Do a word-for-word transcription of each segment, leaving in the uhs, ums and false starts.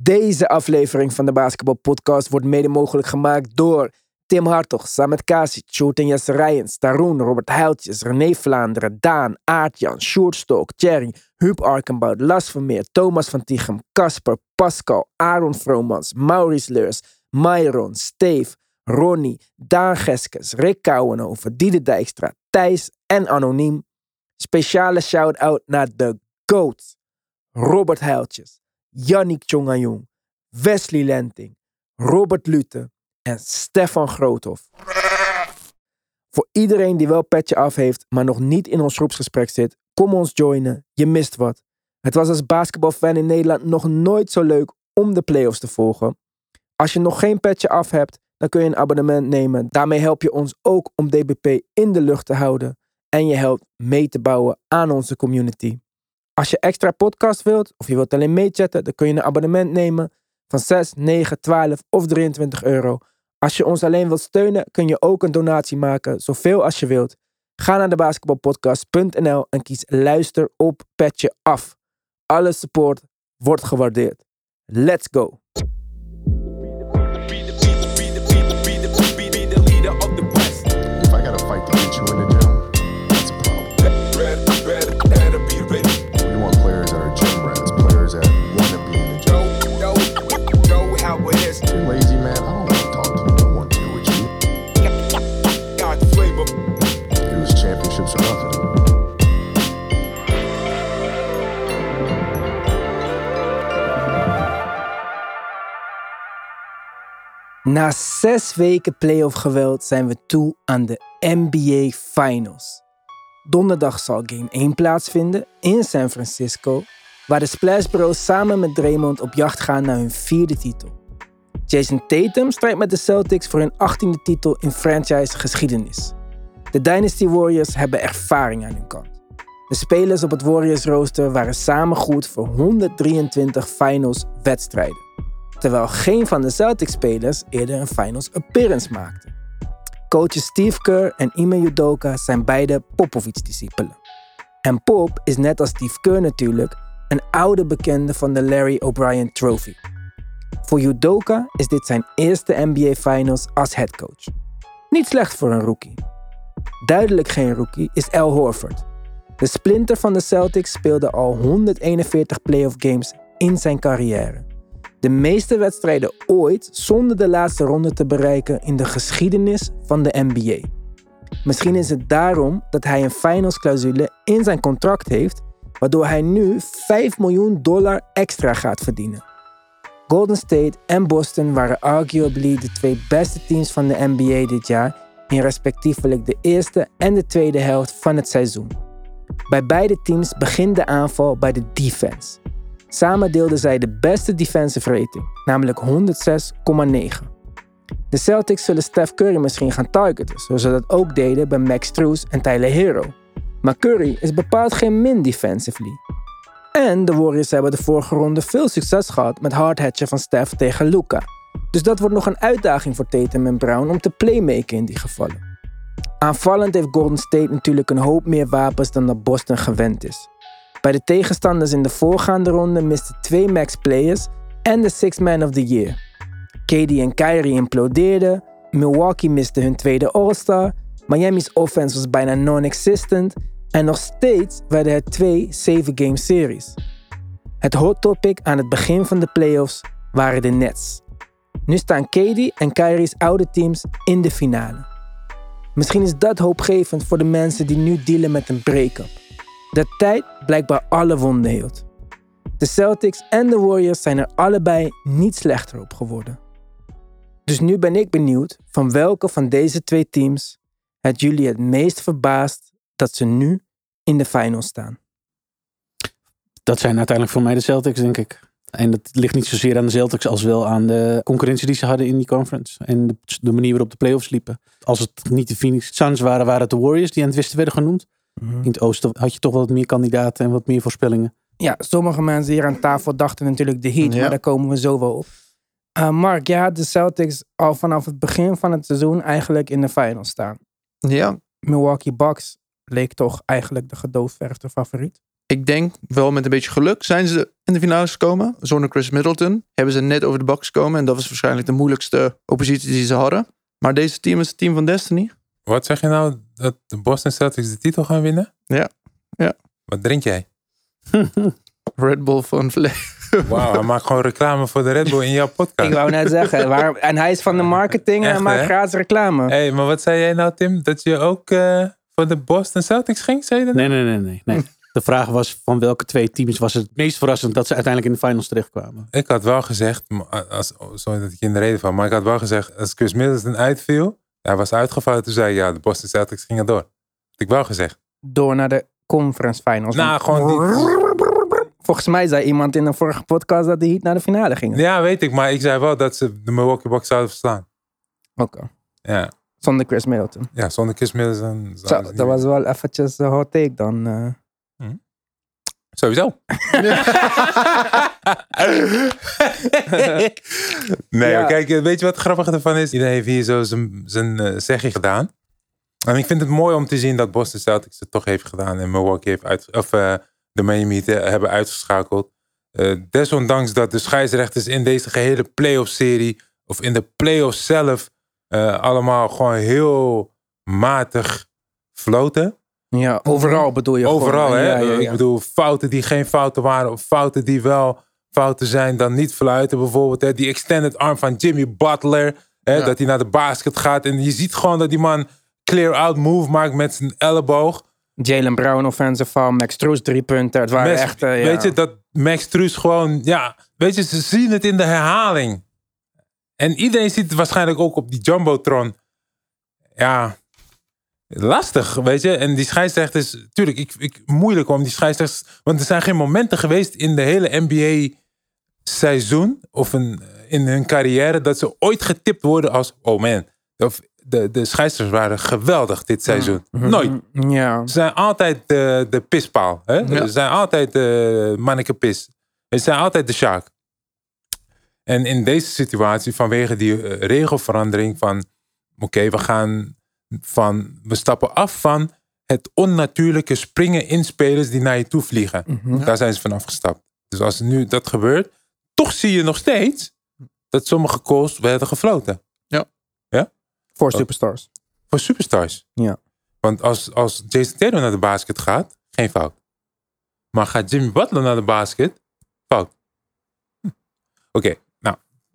Deze aflevering van de Basketball Podcast wordt mede mogelijk gemaakt door Tim Hartog, Samet Kasi, Sjoerd en Jesse Rijens, Taroen, Robert Heiltjes, René Vlaanderen, Daan, Aartjan, Sjoerd Stok, Thierry, Huub Arkenbout, Las Vermeer, Thomas van Tichem, Casper, Pascal, Aaron Vromans, Maurice Leurs, Myron, Steve, Ronnie, Daan Geskes, Rick Kouwenhoven, Diede Dijkstra, Thijs en Anoniem. Speciale shout-out naar de GOAT, Robert Heiltjes, Yannick Tjongajong, Wesley Lenting, Robert Lute en Stefan Groothoff. Voor iedereen die wel petje af heeft, maar nog niet in ons groepsgesprek zit, kom ons joinen, je mist wat. Het was als basketbalfan in Nederland nog nooit zo leuk om de playoffs te volgen. Als je nog geen petje af hebt, dan kun je een abonnement nemen. Daarmee help je ons ook om D B P in de lucht te houden en je helpt mee te bouwen aan onze community. Als je extra podcast wilt of je wilt alleen meechatten, dan kun je een abonnement nemen van zes, negen, twaalf of drieëntwintig euro. Als je ons alleen wilt steunen, kun je ook een donatie maken, zoveel als je wilt. Ga naar de basketbalpodcast punt n l en kies luister op petje af. Alle support wordt gewaardeerd. Let's go! If I gotta fight to get you in the gym, that's a problem. We want players that are gym rats, players that want to be in the gym. If you're lazy, man, I don't want to talk to you. I don't want to deal with you. It was championships or nothing. Na zes weken playoff geweld zijn we toe aan de N B A Finals. Donderdag zal game één plaatsvinden in San Francisco, waar de Splash Bros samen met Draymond op jacht gaan naar hun vierde titel. Jason Tatum strijdt met de Celtics voor hun achttiende titel in franchise geschiedenis. De Dynasty Warriors hebben ervaring aan hun kant. De spelers op het Warriors rooster waren samen goed voor honderddrieëntwintig finals wedstrijden, terwijl geen van de Celtics-spelers eerder een finals appearance maakte. Coaches Steve Kerr en Ime Udoka zijn beide Popovich-discipelen. En Pop is net als Steve Kerr natuurlijk een oude bekende van de Larry O'Brien Trophy. Voor Udoka is dit zijn eerste N B A Finals als headcoach. Niet slecht voor een rookie. Duidelijk geen rookie is Al Horford. De splinter van de Celtics speelde al honderdeenenveertig playoff games in zijn carrière. De meeste wedstrijden ooit zonder de laatste ronde te bereiken in de geschiedenis van de N B A. Misschien is het daarom dat hij een finals-clausule in zijn contract heeft, waardoor hij nu vijf miljoen dollar extra gaat verdienen. Golden State en Boston waren arguably de twee beste teams van de N B A dit jaar in respectievelijk de eerste en de tweede helft van het seizoen. Bij beide teams begint de aanval bij de defense. Samen deelden zij de beste defensive rating, namelijk honderdzes komma negen. De Celtics zullen Steph Curry misschien gaan targeten, zoals ze dat ook deden bij Max Strus en Tyler Hero. Maar Curry is bepaald geen min defensively. En de Warriors hebben de vorige ronde veel succes gehad met hardhatchen van Steph tegen Luka. Dus dat wordt nog een uitdaging voor Tatum en Brown om te playmaken in die gevallen. Aanvallend heeft Golden State natuurlijk een hoop meer wapens dan dat Boston gewend is. Bij de tegenstanders in de voorgaande ronde misten twee max players en de Sixth Man of the Year. K D en Kyrie implodeerden, Milwaukee miste hun tweede All-Star, Miami's offense was bijna non-existent en nog steeds werden het twee zeven-game series. Het hot topic aan het begin van de playoffs waren de Nets. Nu staan K D en Kyrie's oude teams in de finale. Misschien is dat hoopgevend voor de mensen die nu dealen met een break-up. De tijd blijkbaar alle wonden heelt. De Celtics en de Warriors zijn er allebei niet slechter op geworden. Dus nu ben ik benieuwd van welke van deze twee teams het jullie het meest verbaast dat ze nu in de finals staan. Dat zijn uiteindelijk voor mij de Celtics, denk ik. En dat ligt niet zozeer aan de Celtics als wel aan de concurrentie die ze hadden in die conference. En de, de manier waarop de playoffs liepen. Als het niet de Phoenix Suns waren, waren het de Warriors die aan het westen werden genoemd. Mm-hmm. In het oosten had je toch wel wat meer kandidaten en wat meer voorspellingen. Ja, sommige mensen hier aan tafel dachten natuurlijk de Heat, ja. Maar daar komen we zo wel op. Uh, Mark, jij had de Celtics al vanaf het begin van het seizoen eigenlijk in de finals staan. Ja. Milwaukee Bucks leek toch eigenlijk de gedoofverfde favoriet. Ik denk wel met een beetje geluk zijn ze in de finales gekomen. Zonder Chris Middleton hebben ze net over de Bucks gekomen. En dat was waarschijnlijk de moeilijkste oppositie die ze hadden. Maar deze team is het team van Destiny. Wat zeg je nou? Dat de Boston Celtics de titel gaan winnen? Ja. ja. Wat drink jij? Red Bull van Vlees. Wauw, hij maakt gewoon reclame voor de Red Bull in jouw podcast. Ik wou net zeggen. Waar, en hij is van de marketing en Echt, maakt hè? gratis reclame. Hé, hey, maar wat zei jij nou, Tim? Dat je ook uh, voor de Boston Celtics ging, zei je dat? Nee, nee, nee, nee, nee. De vraag was van welke twee teams was het meest verrassend dat ze uiteindelijk in de finals terechtkwamen. Ik had wel gezegd, als, sorry dat ik je in de reden val, maar ik had wel gezegd, als Chris Middleton uitviel, hij was uitgevallen, toen zei ik, ja, de Boston Celtics gingen door. Dat had ik wel gezegd. Door naar de conference finals. Nou, gewoon die... Volgens mij zei iemand in een vorige podcast dat de Heat naar de finale gingen. Ja, weet ik, maar ik zei wel dat ze de Milwaukee Bucks zouden verslaan. Oké. Okay. Ja. Zonder Chris Middleton. Ja, zonder Chris Middleton. Zo, dat was wel eventjes een hot take dan. Uh... Hm. Sowieso. nee, ja. Kijk, weet je wat het grappige ervan is? Iedereen heeft hier zo zijn, zijn uh, zegje gedaan. En ik vind het mooi om te zien dat Boston Celtics het toch heeft gedaan. En Milwaukee heeft uit, of uh, de Miami Heat hebben uitgeschakeld. Uh, desondanks dat de scheidsrechters in deze gehele playoff-serie, of in de playoffs zelf, uh, allemaal gewoon heel matig floten. Ja, overal bedoel je Overal, gewoon. hè? Ja, ja, ja. Ik bedoel, fouten die geen fouten waren, of fouten die wel fouten zijn, dan niet fluiten. Bijvoorbeeld, hè? Die extended arm van Jimmy Butler, hè? Ja. Dat hij naar de basket gaat. En je ziet gewoon dat die man clear-out move maakt met zijn elleboog. Jalen Brown offensive foul, Max Strus drie punten. Het waren Mes, echt, uh, ja. Weet je, dat Max Strus gewoon, ja, weet je, ze zien het in de herhaling. En iedereen ziet het waarschijnlijk ook op die Jumbotron. Ja, lastig, weet je. En die scheidsrechters, tuurlijk, ik, ik, moeilijk om die scheidsrechters, want er zijn geen momenten geweest in de hele N B A-seizoen, of een, in hun carrière, dat ze ooit getipt worden als, oh man, of de, de scheidsrechters waren geweldig dit seizoen. Mm-hmm. Nooit. Ja. Ze zijn altijd de, de pispaal. Hè? Ja. Ze zijn altijd de manneke pis. Ze zijn altijd de sjaak. En in deze situatie, vanwege die uh, regelverandering van, oké, okay, we gaan van, we stappen af van het onnatuurlijke springen in spelers die naar je toe vliegen. Mm-hmm. Daar zijn ze van afgestapt. Dus als nu dat gebeurt, toch zie je nog steeds dat sommige calls werden gefloten. Ja. Ja? Voor superstars. Voor superstars. Ja. Want als, als Jason Tatum naar de basket gaat, geen fout. Maar gaat Jimmy Butler naar de basket, fout. Hm. Oké, okay, nou.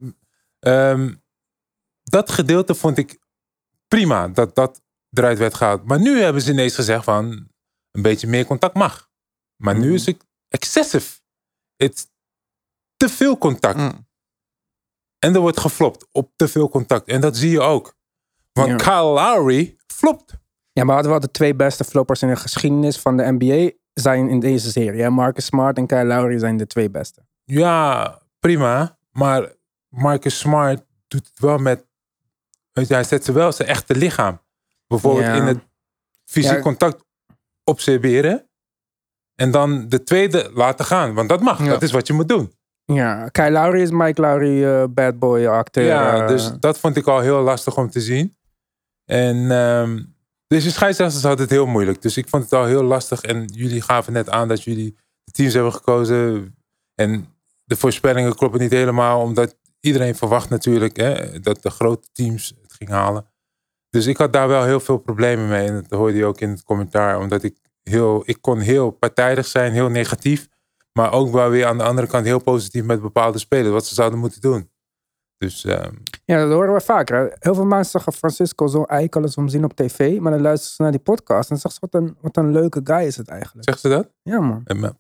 Um, dat gedeelte vond ik prima, dat dat eruit werd gehaald. Maar nu hebben ze ineens gezegd van, een beetje meer contact mag. Maar mm. nu is het excessive. Het is te veel contact. Mm. En er wordt geflopt op te veel contact. En dat zie je ook. Want ja. Kyle Lowry flopt. Ja, maar hadden we de twee beste floppers in de geschiedenis van de N B A zijn in deze serie. Hè? Marcus Smart en Kyle Lowry zijn de twee beste. Ja, prima. Maar Marcus Smart doet het wel met, weet je, hij zet ze wel zijn echte lichaam. Bijvoorbeeld ja. in het fysiek ja. contact observeren. En dan de tweede laten gaan. Want dat mag. Ja. Dat is wat je moet doen. Ja, Kyle Lowry is Mike Lowry, uh, bad boy acteur. Ja, uh, dus dat vond ik al heel lastig om te zien. En um, dus de scheidsrechters hadden het heel moeilijk. Dus ik vond het al heel lastig. En jullie gaven net aan dat jullie de teams hebben gekozen. En de voorspellingen kloppen niet helemaal. Omdat iedereen verwacht natuurlijk, hè, dat de grote teams het gingen halen. Dus ik had daar wel heel veel problemen mee. En dat hoorde je ook in het commentaar. Omdat ik heel, ik kon heel partijdig zijn, heel negatief. Maar ook wel weer aan de andere kant heel positief met bepaalde spelers. Wat ze zouden moeten doen. Dus, um... ja, dat horen we vaker. Hè? Heel veel mensen zeggen Francisco zo eikel als we hem zien op tv. Maar dan luisteren ze naar die podcast. En dan zeggen ze, wat een, wat een leuke guy is het eigenlijk. Zegt ze dat? Ja, man. En, maar...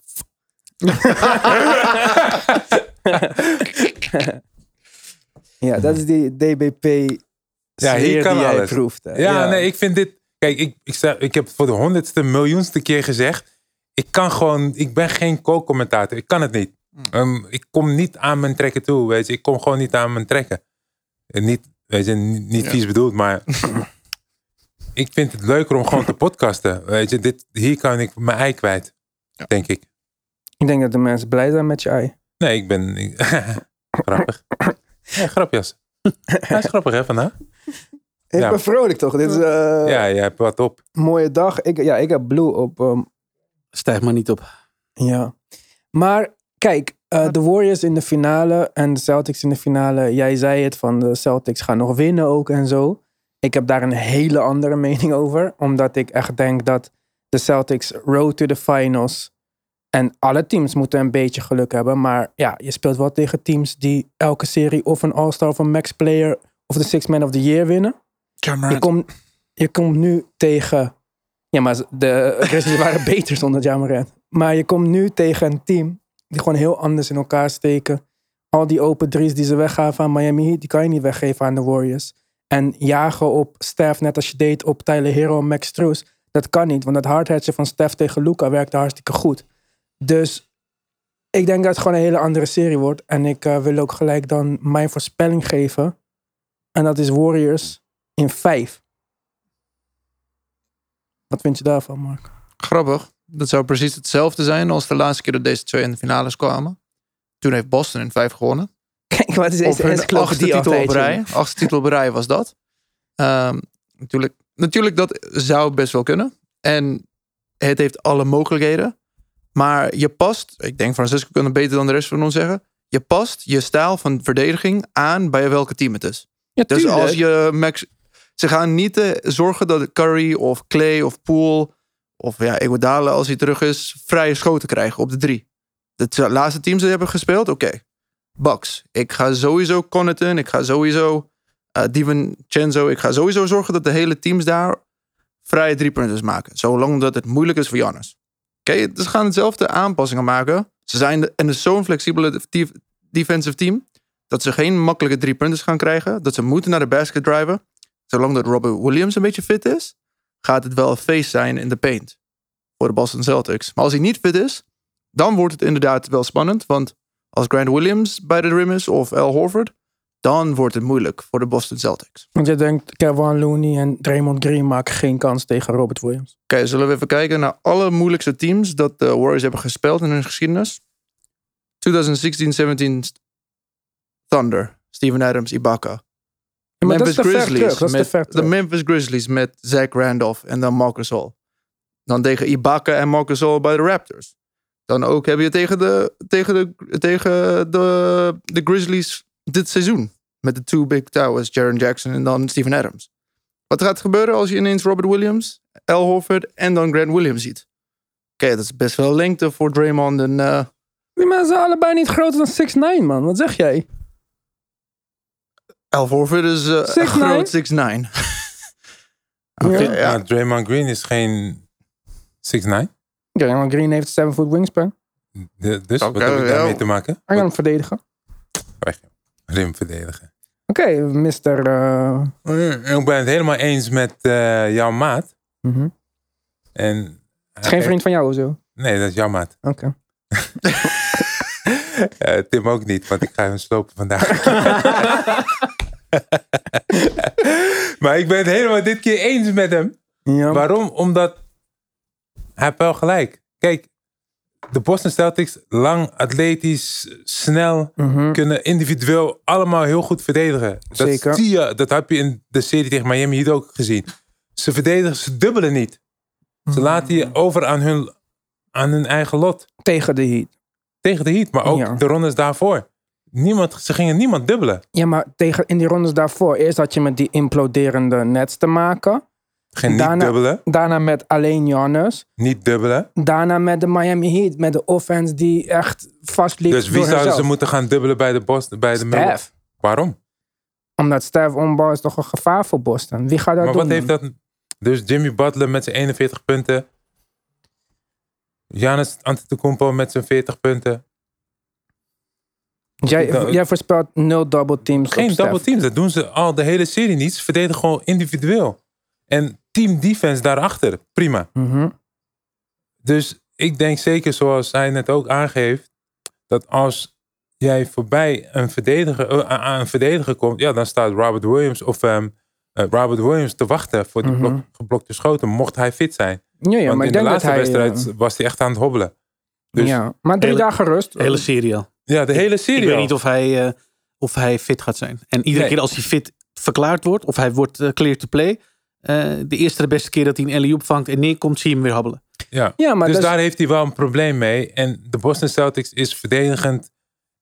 ja, dat is die D B P ja, hier kan die alles. jij proeft. Hè? Ja, ja, nee, ik vind dit... Kijk, ik, ik, sta, ik heb het voor de honderdste, miljoenste keer gezegd. Ik kan gewoon... Ik ben geen co-commentator. Ik kan het niet. Um, ik kom niet aan mijn trekken toe, weet je. Ik kom gewoon niet aan mijn trekken. En niet, weet je, niet, niet ja. vies bedoeld, maar... ik vind het leuker om gewoon te podcasten. Weet je, dit, hier kan ik mijn ei kwijt. Ja. Denk ik. Ik denk dat de mensen blij zijn met je ei. Nee, ik ben... Ik, grappig. Ja, grapjas. Hij is grappig, hè, vandaag? Ik ja. ben vrolijk, toch? Dit is... Uh, ja, je hebt wat op. Mooie dag. Ik, ja, ik heb Blue op... Um... Stijg maar niet op. Ja. Maar... Kijk, uh, de Warriors in de finale en de Celtics in de finale. Jij zei het, van de Celtics gaan nog winnen ook en zo. Ik heb daar een hele andere mening over. Omdat ik echt denk dat de Celtics road to the finals. En alle teams moeten een beetje geluk hebben. Maar ja, je speelt wel tegen teams die elke serie of een All-Star of een Max Player of de Sixth Man of the Year winnen. Je komt, je komt nu tegen... Ja, maar de Grizzlies waren beter zonder Ja Morant. Maar je komt nu tegen een team die gewoon heel anders in elkaar steken. Al die open drie's die ze weggaven aan Miami Heat, die kan je niet weggeven aan de Warriors. En jagen op Steph, net als je deed op Tyler Hero en Max Strus, dat kan niet. Want dat hardhatchen van Steph tegen Luka werkte hartstikke goed. Dus ik denk dat het gewoon een hele andere serie wordt. En ik uh, wil ook gelijk dan mijn voorspelling geven. En dat is Warriors in vijf. Wat vind je daarvan, Mark? Grappig. Dat zou precies hetzelfde zijn als de laatste keer dat deze twee in de finales kwamen. Toen heeft Boston in vijf gewonnen. Kijk, wat is Op deze hun achtste titel op rij. Achtste titel op rij was dat. Um, natuurlijk, natuurlijk, dat zou best wel kunnen. En het heeft alle mogelijkheden. Maar je past, ik denk Francisco kan het beter dan de rest van ons zeggen. Je past je stijl van verdediging aan bij welke team het is. Ja, dus als je Max... Ze gaan niet uh, zorgen dat Curry of Clay of Poole of ja, Iguodala als hij terug is, vrije schoten krijgen op de drie. De laatste teams die hebben gespeeld, oké. Okay. Bucks. Ik ga sowieso Connaughton, ik ga sowieso uh, DiVincenzo, ik ga sowieso zorgen dat de hele teams daar vrije driepunters maken. Zolang dat het moeilijk is voor Giannis. Oké, okay, dus ze gaan hetzelfde aanpassingen maken. Ze zijn de, en het is zo'n flexibele defensive team dat ze geen makkelijke driepunters gaan krijgen. Dat ze moeten naar de basket driven. Zolang dat Robert Williams een beetje fit is, gaat het wel een feest zijn in de paint voor de Boston Celtics. Maar als hij niet fit is, dan wordt het inderdaad wel spannend. Want als Grant Williams bij de rim is of Al Horford, dan wordt het moeilijk voor de Boston Celtics. Want je denkt Kevin Looney en Draymond Green maken geen kans tegen Robert Williams. Oké, okay, zullen we even kijken naar alle moeilijkste teams dat de Warriors hebben gespeeld in hun geschiedenis. twintig zestien zeventien Thunder, Steven Adams, Ibaka. Ja, maar Memphis dat is te ver Grizzlies terug, dat is met te ver de terug. Memphis Grizzlies met Zach Randolph en dan Marc Gasol. Dan tegen Ibaka en Marc Gasol bij de Raptors. Dan ook heb je tegen de, tegen de, tegen de, de Grizzlies dit seizoen. Met de two big towers, Jaren Jackson en dan Steven Adams. Wat gaat gebeuren als je ineens Robert Williams, Al Horford en dan Grant Williams ziet? Oké, okay, dat is best wel lengte voor Draymond en... Uh... Die mensen zijn allebei niet groter dan zes negen, man. Wat zeg jij? Al Horford is uh, groot zes negen. Okay, ja. Ja, Draymond Green is geen zes negen. Draymond Green heeft seven foot wingspan. De, dus, okay, wat heb ik daarmee te maken? Hij kan hem verdedigen. Rim verdedigen. Oké, okay, mister Uh... Ik ben het helemaal eens met uh, jouw maat. Mm-hmm. En het is geen vriend van jou of zo? Nee, dat is jouw maat. Oké. Okay. uh, Tim ook niet, want ik ga hem slopen vandaag. Maar ik ben het helemaal dit keer eens met hem. Ja. Waarom? Omdat hij heeft wel gelijk. Kijk, de Boston Celtics, lang, atletisch, snel, mm-hmm. kunnen individueel allemaal heel goed verdedigen. Dat Zeker. Zie je, dat heb je in de serie tegen Miami Heat ook gezien. Ze verdedigen, ze dubbelen niet. Ze mm-hmm. laten je over aan hun, aan hun eigen lot. Tegen de Heat. Tegen de Heat, maar ook ja. de rondes daarvoor. Niemand, ze gingen niemand dubbelen. Ja, maar tegen, in die rondes daarvoor, eerst had je met die imploderende Nets te maken. Geen daarna, niet dubbelen. Daarna met alleen Giannis. Niet dubbelen. Daarna met de Miami Heat. Met de offense die echt vastliep. Dus wie zouden ze moeten gaan dubbelen bij de Boston? Bij de Steph. Waarom? Omdat Steph onbal is toch een gevaar voor Boston. Wie gaat dat maar doen? Maar wat heeft dat... Dus Jimmy Butler met zijn eenenveertig punten. Giannis Antetokounmpo met zijn veertig punten. Jij, dat, jij voorspelt nul double teams. Geen double teams. Dat doen ze al de hele serie niet. Ze verdedigen gewoon individueel. En team defense daarachter. Prima. Mm-hmm. Dus ik denk zeker, zoals hij net ook aangeeft, dat als jij voorbij een verdediger, uh, aan een verdediger komt, ja, dan staat Robert Williams of um, uh, Robert Williams te wachten voor die mm-hmm. blok, geblokte schoten, mocht hij fit zijn. Ja, ja, Want maar in ik de denk laatste dat hij, wedstrijd uh, was hij echt aan het hobbelen. Dus, ja, maar drie hele, dagen rust. Hele serie al. Ja, de hele serie. Ik, ik weet niet of hij, uh, of hij fit gaat zijn. En iedere nee. keer als hij fit verklaard wordt, of hij wordt uh, clear to play, uh, de eerste de beste keer dat hij een alley-oop vangt en neerkomt, zie je hem weer habbelen. Ja, ja maar dus dus... daar heeft hij wel een probleem mee. En de Boston Celtics is verdedigend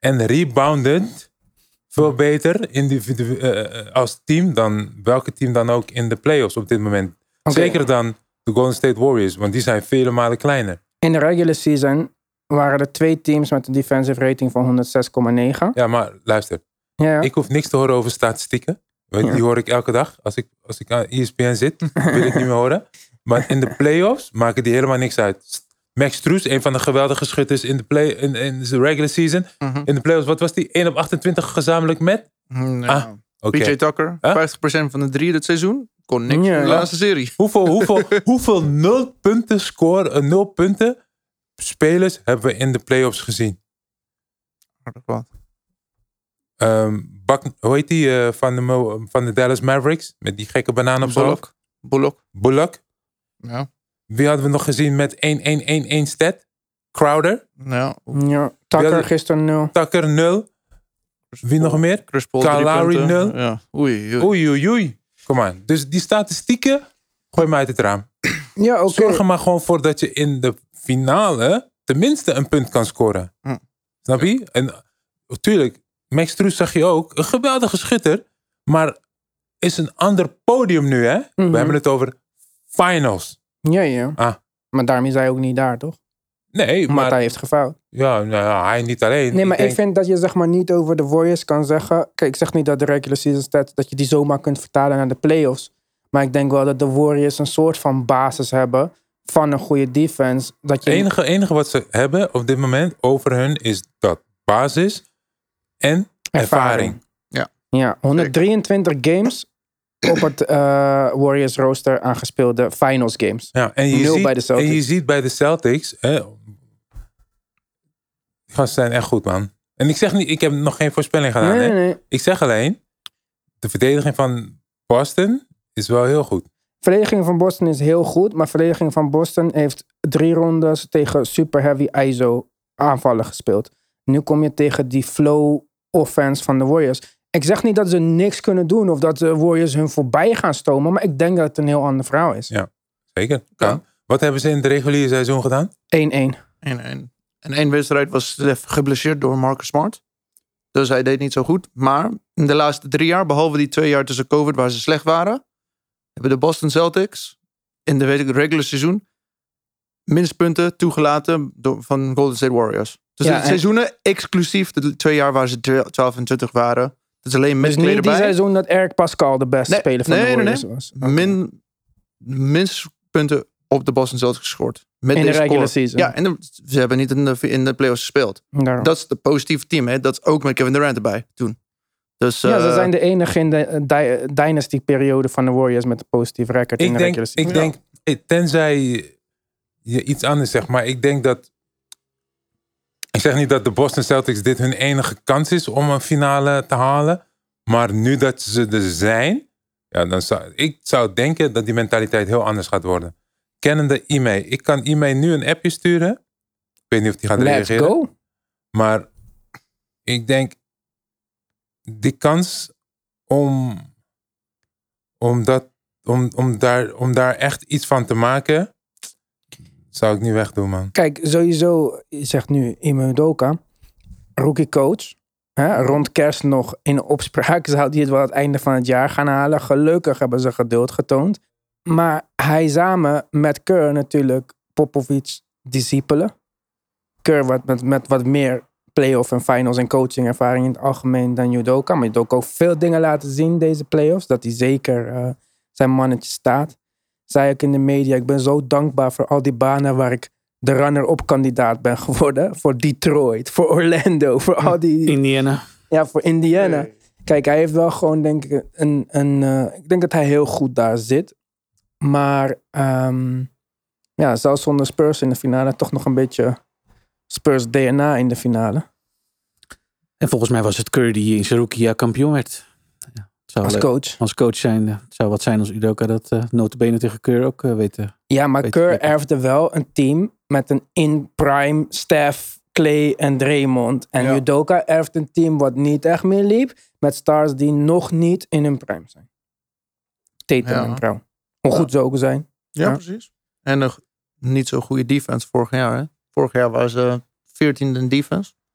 En rebounded veel beter individu- uh, als team dan welke team dan ook in de playoffs op dit moment. Okay. Zeker dan de Golden State Warriors, want die zijn vele malen kleiner. In de regular season waren er twee teams met een defensive rating van honderdzes komma negen. Ja, maar luister. Ja. Ik hoef niks te horen over statistieken. Want Ja. die hoor ik elke dag. Als ik, als ik aan E S P N zit, wil ik niet meer horen. Maar in de playoffs maken die helemaal niks uit. Max Strus, een van de geweldige schutters in de, play, in, in de regular season. Mhm. In de playoffs, wat was die? één op achtentwintig gezamenlijk met? Ja. Ah, Oké. P J Tucker, Huh? vijftig procent van de drie dit seizoen. Kon niks Ja, in de ja. laatste serie. Hoeveel, hoeveel, hoeveel nul punten score, uh, nul punten spelers hebben we in de playoffs gezien? Aardig wat. Um, Bak, hoe heet die uh, van, de, Mo- van de Dallas Mavericks? Met die gekke banaan op zijn hoofd? Bullock. Bullock. Bullock. Ja. Wie hadden we nog gezien met één één één één stat? Crowder. Ja. Ja. Tucker Ja, gisteren nul. Tucker nul. Wie nog meer? Chris Paul, Kyle drie Lowry, punten. nul. Ja. Oei, oei. Oei oei oei. Kom aan. Dus die statistieken, gooi maar uit het raam. Ja, oké. Zorg er maar gewoon voor dat je in de finale tenminste een punt kan scoren. Hm. Snap je? En natuurlijk, Max Strus zag je ook. Een geweldige schutter. Maar is een ander podium nu, hè? Mhm. We hebben het over finals. Ja, ja. Ah. Maar daarom is hij ook niet daar, toch? Nee, Omdat maar hij heeft gefout. ja, nou ja, hij niet alleen. Nee, maar ik, denk- vind dat je zeg maar niet over de Warriors kan zeggen. Kijk, ik zeg niet dat de regular season stats dat je die zomaar kunt vertalen naar de playoffs. Maar ik denk wel dat de Warriors een soort van basis hebben van een goede defense. Dat je Het enige, enige wat ze hebben op dit moment over hun is dat basis en ervaring. Ja, honderddrieëntwintig games op het eh, Warriors rooster aangespeelde finals games. Ja, en, je Nul ziet, bij de Celtics. en je ziet bij de Celtics, hè, die gasten zijn echt goed, man. En ik zeg niet, ik heb nog geen voorspelling gedaan. Nee, hè. nee, nee. Ik zeg alleen, de verdediging van Boston is wel heel goed. Verdediging van Boston is heel goed, maar verdediging van Boston heeft drie rondes tegen super heavy I S O aanvallen gespeeld. Nu kom je tegen die flow offense van de Warriors. Ik zeg niet dat ze niks kunnen doen of dat de Warriors hun voorbij gaan stomen, maar ik denk dat het een heel ander verhaal is. Ja. Zeker, kan. Ja. Wat hebben ze in het reguliere seizoen gedaan? één-één. En, en, en één wedstrijd was Steph geblesseerd door Marcus Smart. Dus hij deed niet zo goed. Maar in de laatste drie jaar, behalve die twee jaar tussen COVID waar ze slecht waren, hebben de Boston Celtics in de weet ik, regular seizoen minst punten toegelaten door, van Golden State Warriors. Dus Ja, de en- seizoenen exclusief de twee jaar waar ze twaalf en twintig waren. Dat is alleen met Dus Clay niet die erbij. seizoen dat Eric Pascal de beste Nee, speler van nee, de nee, Warriors nee. was. Min, minst punten op de Boston Celtics gescoord. Met In de deze regular score. season. Ja, en de- ze hebben niet in de, in de playoffs gespeeld. Daarom. Dat is het positieve team. Hè? Dat is ook met Kevin Durant erbij toen. Dus, ja, ze eh, zijn de enige in de eh, dy- dynasty-periode van de Warriors met een positief record in Ik de denk, regular season. ik denk eh, tenzij je iets anders zegt, maar ik denk dat ik zeg niet dat de Boston Celtics dit hun enige kans is om een finale te halen. Maar nu dat ze er zijn, ja, dan zou ik zou denken dat die mentaliteit heel anders gaat worden. Kennende Ime. Ik kan Ime nu een appje sturen. Ik weet niet of die gaat Let's reageren. go. Maar ik denk die kans om, om, dat, om, om, daar, om daar echt iets van te maken, zou ik niet wegdoen, man. Kijk, sowieso, je zegt nu Ime Udoka, rookie coach. Hè, rond kerst nog in opspraak zou hij het wel aan het einde van het jaar gaan halen. Gelukkig hebben ze geduld getoond. Maar hij samen met Kerr natuurlijk Popovic discipelen. Kerr wat, met, met wat meer playoff en finals en coaching ervaring in het algemeen dan Udoka. Maar Udoka ook veel dingen laten zien deze playoffs. Dat hij zeker uh, zijn mannetje staat. Zei ik in de media, ik ben zo dankbaar voor al die banen waar ik de runner-up kandidaat ben geworden. Voor Detroit, voor Orlando, voor al die... Indiana. Ja, voor Indiana. Kijk, hij heeft wel gewoon, denk ik, een... een uh, ik denk dat hij heel goed daar zit. Maar um, ja, zelfs zonder Spurs in de finale toch nog een beetje Spurs D N A in de finale. En volgens mij was het Kerr die in zijn rookiejaar kampioen werd. Ja, het zou Als le- coach. Als coach zijn. Het zou wat zijn als Udoka dat uh, notabene tegen Kerr ook uh, weten. Ja, maar Weet Kerr je, erfde wel een team met een in-prime Steph, Clay en Draymond. En Ja. Udoka erft een team wat niet echt meer liep. Met stars die nog niet in hun prime zijn. Tatum Ja. en Brown. Hoe goed ze ook zijn. Ja, Ja. precies. En nog niet zo goede defense vorig jaar. Hè? Vorig jaar waren ze veertiende in defense.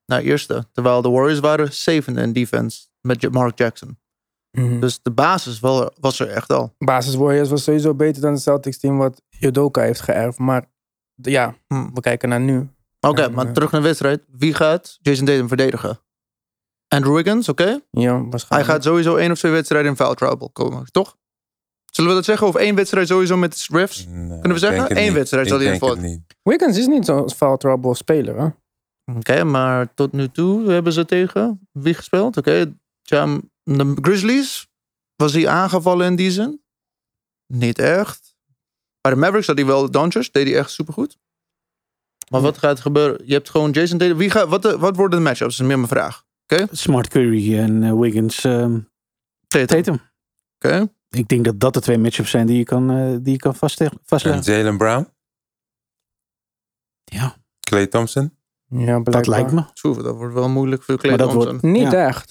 naar eerste. Terwijl de Warriors waren zevende in defense met Mark Jackson. Mhm. Dus de basis wel, was er echt al. Basis Warriors was sowieso beter dan het Celtics team wat Udoka heeft geërfd. Maar d- ja, Hm. we kijken naar nu. Oké, Ja, maar ja. terug naar de wedstrijd. Wie gaat Jason Tatum verdedigen? Andrew Wiggins, oké. Okay. Ja, Hij waarschijnlijk. gaat sowieso één of twee wedstrijden in foul trouble komen, toch? Zullen we dat zeggen? Of één wedstrijd sowieso met refs? Nee, Kunnen we zeggen? ik denk het Eén niet. wedstrijd Ik zal hij denk in het vallen. niet. Wiggins is niet zo'n foul trouble speler, hè? Oké, okay, maar tot nu toe hebben ze tegen wie gespeeld? Oké, okay. De Grizzlies. Was hij aangevallen in die zin? Niet echt. Bij de Mavericks had hij wel de Doncic. Deed hij echt supergoed. Maar wat gaat er gebeuren? Je hebt gewoon Jason Tatum. Wie gaat, wat, wat worden de matchups? Dat is meer mijn vraag. Okay? Smart Curry en uh, Wiggins um, Tatum. Tatum. Oké. Okay. Ik denk dat dat de twee matchups zijn die je kan, uh, die je kan vastleggen. En Jaylen Brown? Ja. Klay Thompson? Ja, blijkbaar. Dat lijkt me. Soef, dat wordt wel moeilijk voor Klay Maar dat Thompson. wordt- Niet Ja. echt.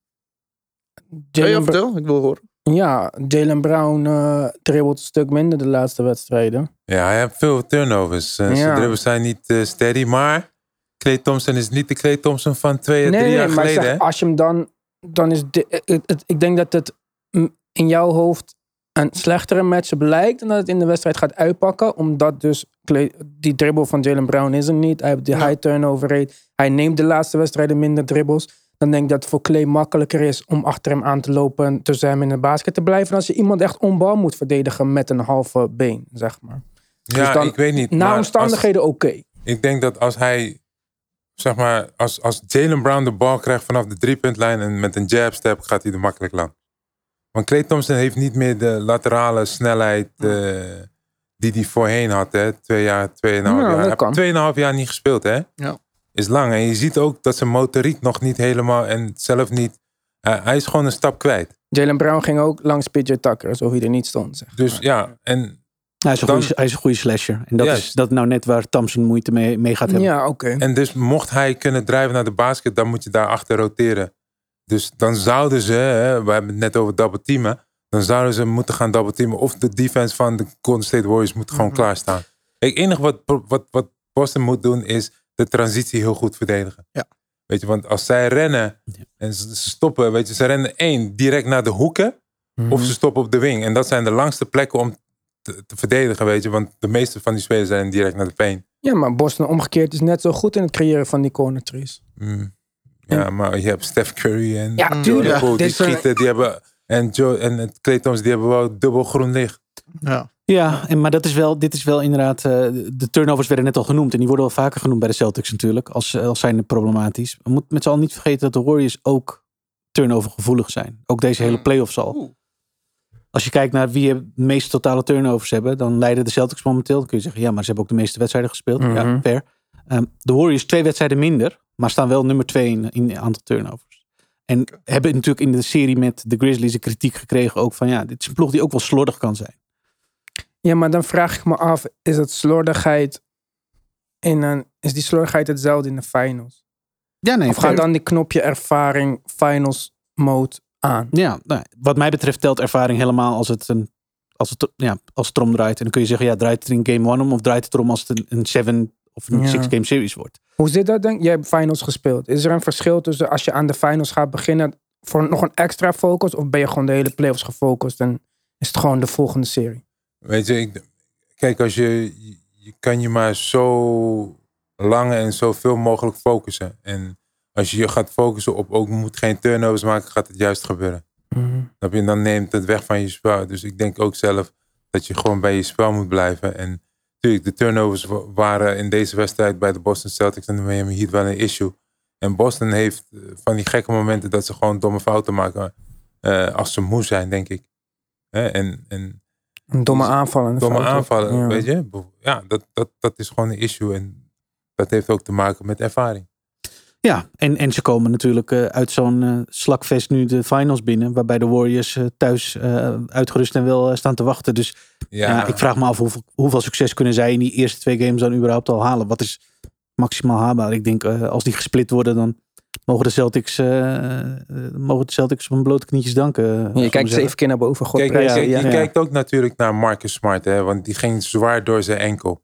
Ja, ja, Jalen Br- vertel. Ik wil horen. ja, Jalen Brown uh, dribbelt een stuk minder de laatste wedstrijden. Ja, hij heeft veel turnovers. Uh, Ja. Zijn dribbles zijn niet uh, steady, maar Klay Thompson is niet de Klay Thompson van twee, Nee, drie nee, jaar maar ik geleden. zeg, hè? als je hem dan... dan is de, het, het- ik denk dat het mm, in jouw hoofd een slechtere matchup lijkt dan dat het in de wedstrijd gaat uitpakken. Omdat dus Klay- die dribbel van Jalen Brown is er niet. Hij heeft de Ja. high turnover rate. Hij neemt de laatste wedstrijden minder dribbles. Dan denk ik dat het voor Klay makkelijker is om achter hem aan te lopen en tussen hem in de basket te blijven. Dan als je iemand echt onbal moet verdedigen met een halve been, zeg maar. Ja, dus dan- ik weet niet. Na maar omstandigheden oké. als- ik denk dat als hij, zeg maar, als, als Jaylen Brown de bal krijgt vanaf de driepuntlijn en met een jab step, gaat hij er makkelijk lang. Want Klay Thompson heeft niet meer de laterale snelheid uh, die hij voorheen had. Hè? Twee jaar, tweeënhalf Ja, jaar. dat Hij heeft kan. tweeënhalf jaar niet gespeeld, hè? Ja. Is lang. En je ziet ook dat zijn motoriek nog niet helemaal en zelf niet. Uh, hij is gewoon een stap kwijt. Jalen Brown ging ook langs P J Tucker, alsof hij er niet stond. Zeg. Dus ja, en Hij is een, Dan- goede, hij is een goede slasher. En dat Juist. is dat nou net waar Thompson moeite mee, mee gaat hebben. Ja, oké. En dus mocht hij kunnen drijven naar de basket, dan moet je daar achter roteren. Dus dan zouden ze, hè, we hebben het net over double teamen, dan zouden ze moeten gaan double teamen. Of de defense van de Golden State Warriors moet gewoon Mm-hmm. klaarstaan. Het enige wat, wat, wat Boston moet doen is de transitie heel goed verdedigen. Ja. Weet je, want als zij rennen en ze ze stoppen, weet je, ze rennen één direct naar de hoeken Mhm. of ze stoppen op de wing. En dat zijn de langste plekken om te, te verdedigen, weet je. Want de meeste van die spelers zijn direct naar de paint. Ja, maar Boston omgekeerd is net zo goed in het creëren van die corner trees. Mm. Ja, maar je hebt Steph Curry en Ja, Mm, tuurlijk. ja. Poole, die Dit is een- schieten, die hebben en Joe en het Klay Thompson, die hebben wel dubbel groen licht. Ja. Ja, en, maar dat is wel, dit is wel inderdaad... Uh, de turnovers werden net al genoemd. En die worden wel vaker genoemd bij de Celtics natuurlijk. Als, als zijnde problematisch. We moeten met z'n allen niet vergeten dat de Warriors ook turnovergevoelig zijn. Ook deze hele playoffs al. Oeh. Als je kijkt naar wie de meeste totale turnovers hebben... dan leiden de Celtics momenteel. Dan kun je zeggen, ja, maar ze hebben ook de meeste wedstrijden gespeeld. Mhm. Ja, fair. Um, de Warriors twee wedstrijden minder. Maar staan wel nummer twee in, in aantal turnovers. En hebben natuurlijk in de serie met de Grizzlies de kritiek gekregen ook van... ja, dit is een ploeg die ook wel slordig kan zijn. Ja, maar dan vraag ik me af, is het slordigheid in een, is die slordigheid hetzelfde in de finals? Ja, nee, Of gaat dan die knopje ervaring finals mode aan? Ja, nou, wat mij betreft telt ervaring helemaal als het een als het, ja, als het erom draait. En dan kun je zeggen, ja, draait het er in game one om of draait het erom als het een, een seven of een Ja. six game series wordt. Hoe zit dat dan? Jij hebt finals gespeeld. Is er een verschil tussen als je aan de finals gaat beginnen voor nog een extra focus, of ben je gewoon de hele playoffs gefocust en is het gewoon de volgende serie? Weet je, ik, kijk, als je, je, je kan je maar zo lang en zoveel mogelijk focussen. En als je je gaat focussen op ook moet geen turnovers maken, gaat het juist gebeuren. Snap je? Dan neemt het weg van je spel. Dus ik denk ook zelf dat je gewoon bij je spel moet blijven. En natuurlijk, de turnovers wa- waren in deze wedstrijd bij de Boston Celtics en de Miami Heat wel een issue. En Boston heeft eh, van die gekke momenten dat ze gewoon domme fouten maken uh, als ze moe zijn, denk ik. Hè? En, en Een domme aanvallen. domme aanvallen, Ja. weet je? Ja, dat, dat, dat is gewoon een issue. En dat heeft ook te maken met ervaring. Ja, en, en ze komen natuurlijk uh, uit zo'n uh, slakvest nu de finals binnen. Waarbij de Warriors uh, thuis uh, uitgerust en wel uh, staan te wachten. Dus Ja, ja, ik vraag me af hoeveel, hoeveel succes kunnen zij in die eerste twee games dan überhaupt al halen. Wat is maximaal haalbaar? Ik denk uh, als die gesplit worden dan mogen de Celtics, uh, uh, mogen de Celtics op hun blote knietjes danken. Uh, Ja, je zullen we kijkt zeggen. zeven keer naar boven. God Kijk, prijs. kijk, Ja, je ja. kijkt ook natuurlijk naar Marcus Smart, hè, want die ging zwaar door zijn enkel.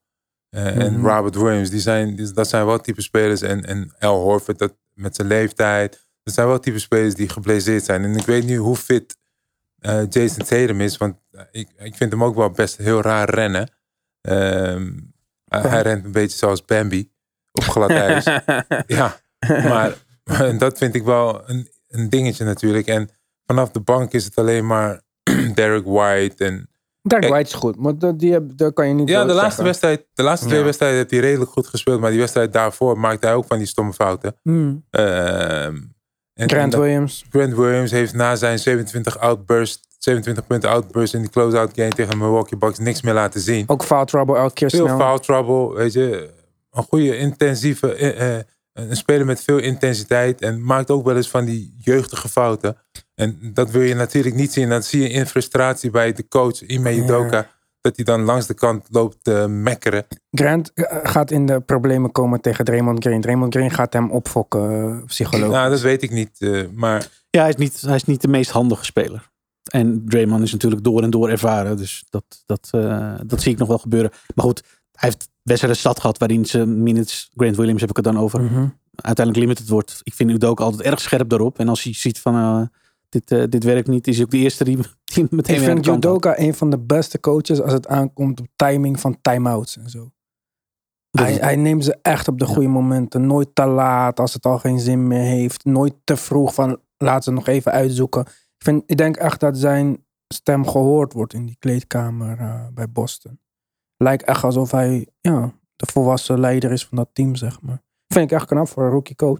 Uh, mm-hmm. En Robert Williams, die zijn, die, dat zijn wel type spelers. En, en Al Horford, dat, met zijn leeftijd. Dat zijn wel type spelers die geblesseerd zijn. En ik weet niet hoe fit uh, Jason Tatum is. Want ik, ik vind hem ook wel best heel raar rennen. Um, uh, hij rent een beetje zoals Bambi. Op glad ijs. Ja, maar dat vind ik wel een, een dingetje natuurlijk. En vanaf de bank is het alleen maar Derek White en... Derek White is goed, maar dat, die, dat kan je niet Ja, de laatste, wedstrijd, de laatste twee ja. wedstrijden heeft hij redelijk goed gespeeld. Maar die wedstrijd daarvoor maakte hij ook van die stomme fouten. Hmm. Uh, en, Grant en dat, Williams. Grant Williams heeft na zijn zevenentwintig outburst, zevenentwintig punten outburst in die close-out game tegen de Milwaukee Bucks niks meer laten zien. Ook foul trouble elke keer Veel snel. foul trouble, weet je. Een goede, intensieve... Uh, uh, een speler met veel intensiteit. En maakt ook wel eens van die jeugdige fouten. En dat wil je natuurlijk niet zien. Dat zie je in frustratie bij de coach Ime Udoka. Ja. Dat hij dan langs de kant loopt te mekkeren. Grant gaat in de problemen komen tegen Draymond Green. Draymond Green gaat hem opfokken, uh, psychologisch. Nou, dat weet ik niet. Uh, maar... Ja, hij is niet, hij is niet de meest handige speler. En Draymond is natuurlijk door en door ervaren. Dus dat, dat, uh, dat zie ik nog wel gebeuren. Maar goed, hij heeft wedstrijden stad gehad waarin ze minutes, Grant Williams heb ik het dan over, mm-hmm. uiteindelijk limited wordt. Ik vind Udoka altijd erg scherp daarop. En als hij ziet van uh, dit, uh, dit werkt niet, is hij ook de eerste die, die meteen ik vind Udoka een van de beste coaches als het aankomt op timing van time-outs en zo. Hij, hij neemt ze echt op de goede ja. momenten. Nooit te laat als het al geen zin meer heeft. Nooit te vroeg van laat ze nog even uitzoeken. Ik, vind, ik denk echt dat zijn stem gehoord wordt in die kleedkamer uh, bij Boston. Lijkt echt alsof hij ja, de volwassen leider is van dat team, zeg maar. Vind ik echt knap voor een rookie coach.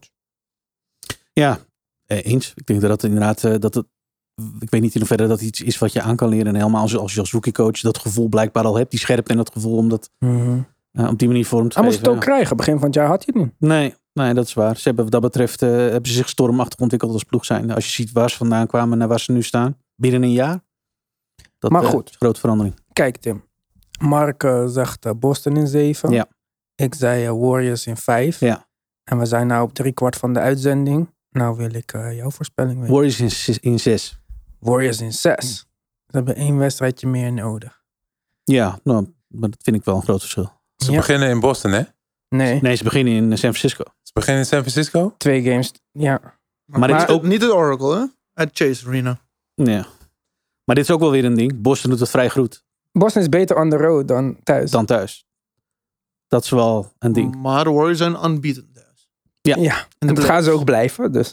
Ja, eens. Ik denk dat dat inderdaad, dat het, ik weet niet in hoeverre dat iets is wat je aan kan leren. En helemaal als, als je als rookie coach dat gevoel blijkbaar al hebt. Die scherpte en dat gevoel om dat mm-hmm. uh, op die manier vorm te hij geven. Hij moest het ook ja. krijgen. Begin van het jaar had hij het niet. Nee, nee, dat is waar. Ze hebben wat dat betreft, uh, hebben ze zich stormachtig ontwikkeld als ploeg zijn. Als je ziet waar ze vandaan kwamen en naar waar ze nu staan. Binnen een jaar. Dat maar goed. Uh, is een grote verandering. Kijk Tim. Mark uh, zegt uh, Boston in zeven. Ja. Ik zei uh, Warriors in vijf. Ja. En we zijn nu op drie kwart van de uitzending. Nou wil ik uh, jouw voorspelling weten. Warriors in, zes, in zes. Warriors in zes. We hebben één wedstrijdje meer nodig. Ja, nou, maar dat vind ik wel een groot verschil. Ze ja. beginnen in Boston, hè? Nee. Nee, ze beginnen in San Francisco. Ze beginnen in San Francisco? Twee games, ja. Maar, maar dit is ook niet het Oracle, hè? At Chase Arena. Ja. Maar dit is ook wel weer een ding. Boston doet het vrij goed. Boston is beter on the road dan thuis. Dan thuis. Dat is wel een ding. Maar de Warriors zijn unbeaten thuis. Ja, ja. En dat gaan ze ook blijven. Dus.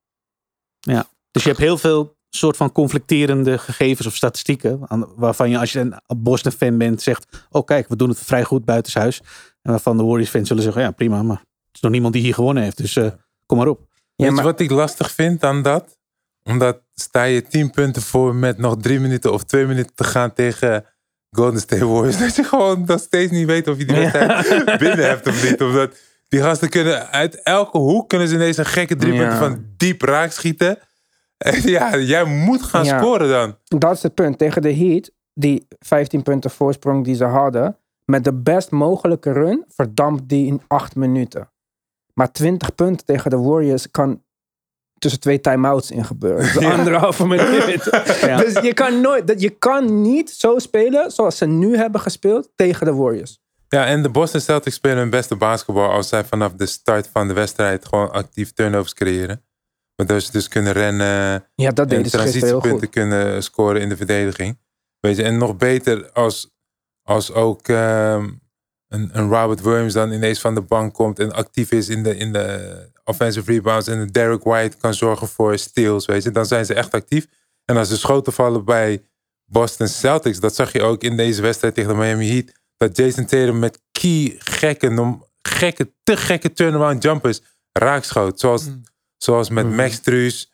Ja. Dus je hebt heel veel soort van conflicterende gegevens of statistieken. Waarvan je als je een Boston fan bent zegt. Oh kijk, we doen het vrij goed buitenshuis. En waarvan de Warriors fans zullen zeggen. Ja prima, maar er is nog niemand die hier gewonnen heeft. Dus uh, kom maar op. Ja, Weet maar... je wat ik lastig vind aan dat? Omdat sta je tien punten voor met nog drie minuten of twee minuten te gaan tegen Golden State Warriors. Dat je gewoon nog steeds niet weet of je die wedstrijd ja. binnen hebt of niet. Omdat die gasten kunnen uit elke hoek kunnen ze ineens een gekke drie punten ja. van diep raak schieten. En ja, jij moet gaan ja. scoren dan. Dat is het punt. Tegen de Heat, die vijftien punten voorsprong die ze hadden, met de best mogelijke run, verdampt die in acht minuten. Maar twintig punten tegen de Warriors kan tussen twee time-outs in gebeuren. Dus ja. anderhalve minuut. Ja. Dus je kan nooit, je kan niet zo spelen zoals ze nu hebben gespeeld tegen de Warriors. Ja, en de Boston Celtics spelen hun beste basketbal als zij vanaf de start van de wedstrijd gewoon actief turnovers creëren. Waardoor ze dus kunnen rennen ja, dat en transitiepunten kunnen scoren in de verdediging. Weet je, en nog beter als, als ook um, een, een Robert Williams dan ineens van de bank komt en actief is in de, in de offensive rebounds en Derek White kan zorgen voor steals, weet je. Dan zijn ze echt actief. En als de schoten vallen bij Boston Celtics, dat zag je ook in deze wedstrijd tegen de Miami Heat, dat Jason Tatum met key gekke, gekke te gekke turnaround jumpers raakschoot. Zoals, mm. zoals met mm. Max Strus,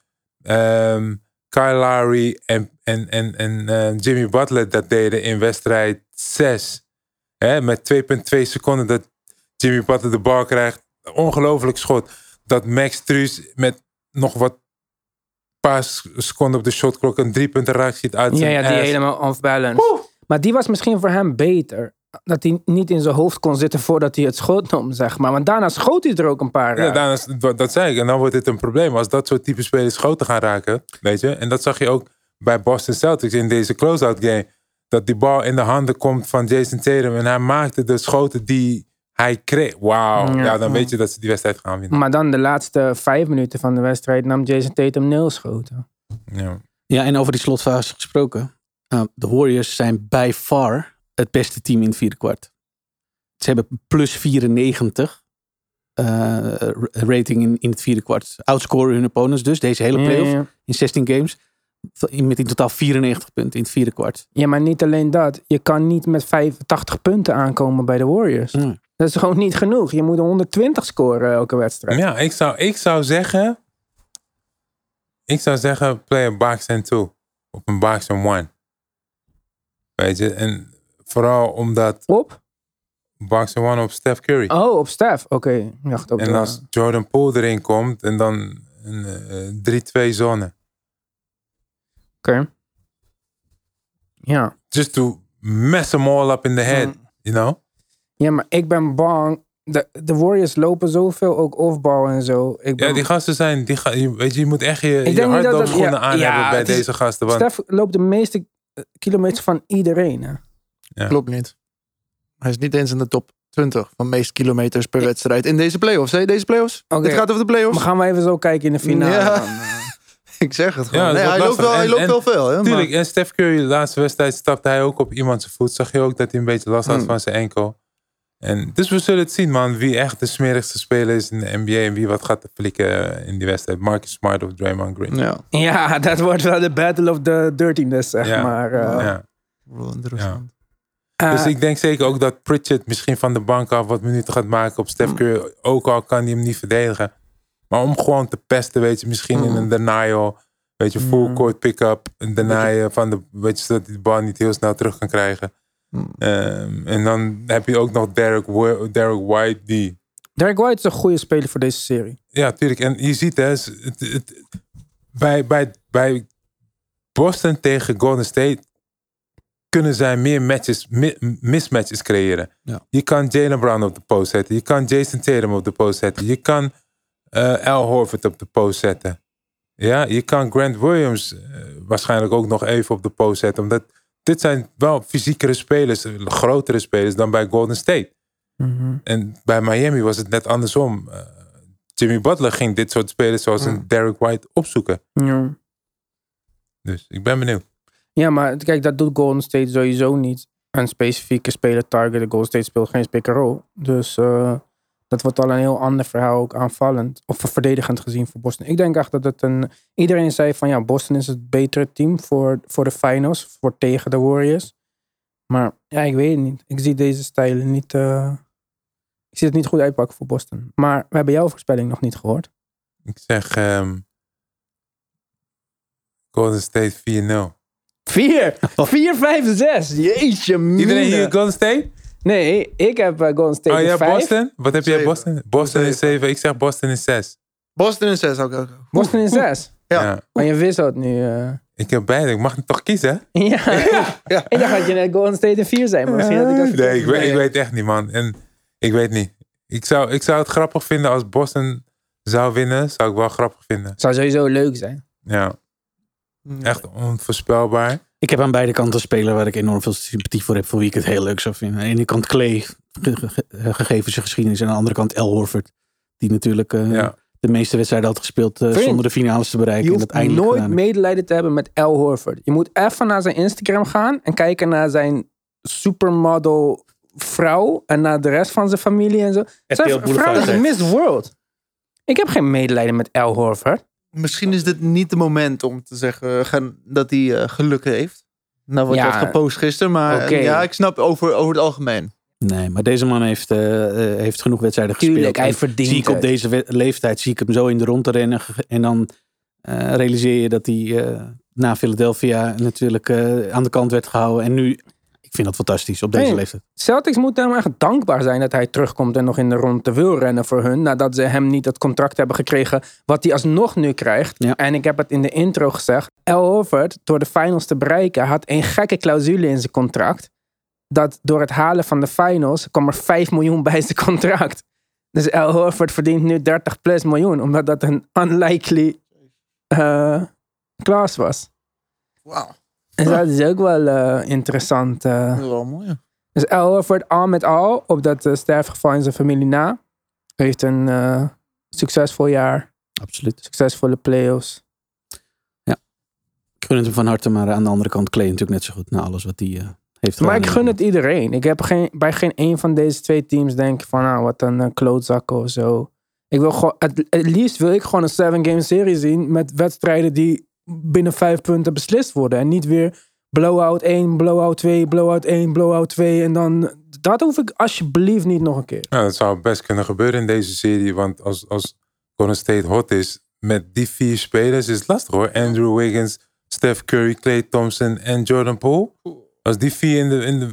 um, Kyle Lowry en, en, en, en uh, Jimmy Butler dat deden in wedstrijd zes. Hè, met twee komma twee seconden dat Jimmy Butler de bal krijgt. Ongelooflijk schot. Dat Max Strus met nog wat paar seconden op de shotklok een drie punten raak schiet uit zijn Ja, ja, die ass. helemaal off-balance. Oeh. Maar die was misschien voor hem beter. Dat hij niet in zijn hoofd kon zitten voordat hij het schoot nam, zeg maar. Want daarna schoot hij er ook een paar. Ja, daarna, dat zei ik. En dan wordt het een probleem als dat soort type spelers schoten gaan raken. Weet je? En dat zag je ook bij Boston Celtics in deze close-out game. dat die bal in de handen komt van Jason Tatum en hij maakte de schoten die hij kreeg. Wauw, ja, Ja. dan weet je dat ze die wedstrijd gaan winnen. Maar dan de laatste vijf minuten van de wedstrijd nam Jason Tatum nul schoten. Ja. Ja, en over die slotfase gesproken. Uh, de Warriors zijn by far het beste team in het vierde kwart. Ze hebben plus vierennegentig uh, rating in, in het vierde kwart. Outscoren hun opponents dus, deze hele playoff Ja, ja. in zestien games. Met in totaal vierennegentig punten in het vierde kwart. Ja, maar niet alleen dat. Je kan niet met vijfentachtig punten aankomen bij de Warriors. Mm. Dat is gewoon niet genoeg. Je moet honderdtwintig scoren elke wedstrijd. Ja, ik zou, ik zou zeggen... Ik zou zeggen, play een box and two. Of een box and one. Weet je, en vooral omdat Op? box and one op Steph Curry. Oh, op Steph. Oké. Okay. Wacht op. En de- als Jordan Poole erin komt en dan een uh, drie twee zone. Oké. Ja. Just to mess them all up in the head, Mm. you know? Ja, maar ik ben bang. De, de Warriors lopen zoveel ook offbal en zo. Ik ben... Ja, die gasten zijn, die ga, je, weet je, je moet echt je, denk je niet dat dat- hardloopschoenen ja, aan ja, hebben bij het is- deze gasten. Want, Steph loopt de meeste eh, kilometers van iedereen. Hè? Ja. Klopt niet. Hij is niet eens in de top twintig van meeste kilometers per wedstrijd in deze playoffs. Hè? Deze playoffs? Oké. Dit gaat over de playoffs. Maar gaan we even zo kijken in de finale. Ja. Dan, eh. Ik zeg het gewoon. Ja, dat nee, wordt hij loopt lastig. wel, hij En- loopt en- wel veel. Hè? Tuurlijk, en Steph Curry, de laatste wedstrijd stapte hij ook op iemand zijn voet. Zag je ook dat hij een beetje last had Hmm. van zijn enkel. En, dus we zullen het zien, man. Wie echt de smerigste speler is in de N B A. En wie wat gaat flikken in die wedstrijd. Marcus Smart of Draymond Green. Ja. Ja, dat wordt wel de battle of the dirtiness, zeg Ja. maar. eh. Ja. Wel interessant. Eh, Dus ik denk zeker ook dat Pritchard misschien van de bank af wat minuten gaat maken op Steph Curry. Ook al kan hij hem niet verdedigen. Maar om gewoon te pesten, weet je, misschien in een denial. Weet je, full court pick-up. Een denial van de, weet je, zodat hij de bal niet heel snel terug kan krijgen. Mm. Um, en dan heb je ook nog Derek, Wa- Derek White die... Derek White is een goede speler voor deze serie. Ja, tuurlijk. En je ziet hè, het, het, het- bij, bij, bij Boston tegen Golden State kunnen zij meer matches, mi- mismatches creëren. Ja. Je kan Jaylen Brown op de post zetten. Je kan Jason Tatum op de post zetten. Je kan uh, Al Horford op de post zetten. Ja, je kan Grant Williams uh, waarschijnlijk ook nog even op de post zetten. Omdat dit zijn wel fysiekere spelers, grotere spelers dan bij Golden State. Mm-hmm. En bij Miami was het net andersom. Uh, Jimmy Butler ging dit soort spelers zoals een Derek White opzoeken. Ja. Dus ik ben benieuwd. ja, maar kijk, dat doet Golden State sowieso niet. Een specifieke speler targeten. Golden State speelt geen pick-and-roll. Dus uh, dat wordt al een heel ander verhaal, ook aanvallend. Of verdedigend gezien voor Boston. Ik denk echt dat het een... Iedereen zei van ja, Boston is het betere team voor, voor de finals. Voor tegen de Warriors. Maar ja, ik weet het niet. Ik zie deze stijlen niet... Uh, ik zie het niet goed uitpakken voor Boston. Maar we hebben jouw voorspelling nog niet gehoord. Ik zeg um, Golden State vier nul. Vier! Vier, vijf, zes. Jeetje, mina. Iedereen hier Golden State? Nee, ik heb uh, Golden State Oh in ja, vijf. Boston? Wat heb jij Zeven. Boston? Boston is zeven. Ik zeg Boston is zes. Boston in zes ook. ook. Boston in zes. Ja. Ja. Maar je wist dat nu. Uh... Ik heb beide. Ik mag hem toch kiezen? ja. Ja. Ik dacht dat je net Golden State in vier zijn. Maar misschien had ik dat Nee, ik weet, ik Nee. weet echt niet, man. En ik weet niet. Ik zou, ik zou het grappig vinden als Boston zou winnen. Zou ik wel grappig vinden. Zou sowieso leuk zijn. Ja, echt onvoorspelbaar. Ik heb aan beide kanten een speler waar ik enorm veel sympathie voor heb. Voor wie ik het heel leuk zou vinden. Aan de ene kant Clay, ge- ge- gegeven zijn geschiedenis. En aan de andere kant Al Horford. Die natuurlijk uh, Ja. de meeste wedstrijden had gespeeld uh, Vriend, zonder de finales te bereiken. Je en hoeft dat eindelijk nooit gedaan heeft. medelijden te hebben met Al Horford. Je moet even naar zijn Instagram gaan. En kijken naar zijn supermodel vrouw. En naar de rest van zijn familie en zo. Zijn Boulevard, vrouw is hè? Miss World. Ik heb geen medelijden met Al Horford. Misschien is dit niet de moment om te zeggen gaan, dat hij uh, geluk heeft. Nou, wat Ja, je had gepost gisteren. Maar oké. ja, ik snap over, over het algemeen. Nee, maar deze man heeft, uh, uh, heeft genoeg wedstrijden gespeeld. Tuurlijk, hij En verdient zie ik op het. deze we- leeftijd zie ik hem zo in de rond rennen. ge- En dan uh, realiseer je dat hij uh, na Philadelphia natuurlijk uh, aan de kant werd gehouden. En nu, ik vind dat fantastisch op deze Nee. leeftijd. Celtics moeten hem echt dankbaar zijn dat hij terugkomt en nog in de ronde wil rennen voor hun. Nadat ze hem niet het contract hebben gekregen wat hij alsnog nu krijgt. Ja. En ik heb het in de intro gezegd. Al Horford, door de finals te bereiken, had een gekke clausule in zijn contract. Dat door het halen van de finals kwam er vijf miljoen bij zijn contract. Dus Al Horford verdient nu dertig plus miljoen. Omdat dat een unlikely uh, clause was. Wauw. Dus dat is ook wel uh, interessant. Uh. Dat is wel mooi, ja. Dus Al Horford al met al, op dat uh, sterfgeval in zijn familie na, heeft een uh, succesvol jaar. Absoluut. Succesvolle playoffs. Ja. Ik gun het hem van harte, maar aan de andere kant Clay natuurlijk net zo goed na alles wat hij uh, heeft gedaan. Maar ik gun het iedereen. Ik heb geen, bij geen een van deze twee teams denk van, nou, wat een uh, klootzakken of zo. Ik wil gewoon, het, het liefst wil ik gewoon een seven game serie zien met wedstrijden die binnen vijf punten beslist worden. En niet weer blowout één, blowout twee, blowout één, blowout twee. En dan, dat hoef ik alsjeblieft niet nog een keer. Nou, dat zou best kunnen gebeuren in deze serie. Want als, als Golden State hot is met die vier spelers is het lastig hoor. Andrew Wiggins, Steph Curry, Klay Thompson en Jordan Poole. Als die vier in de... In de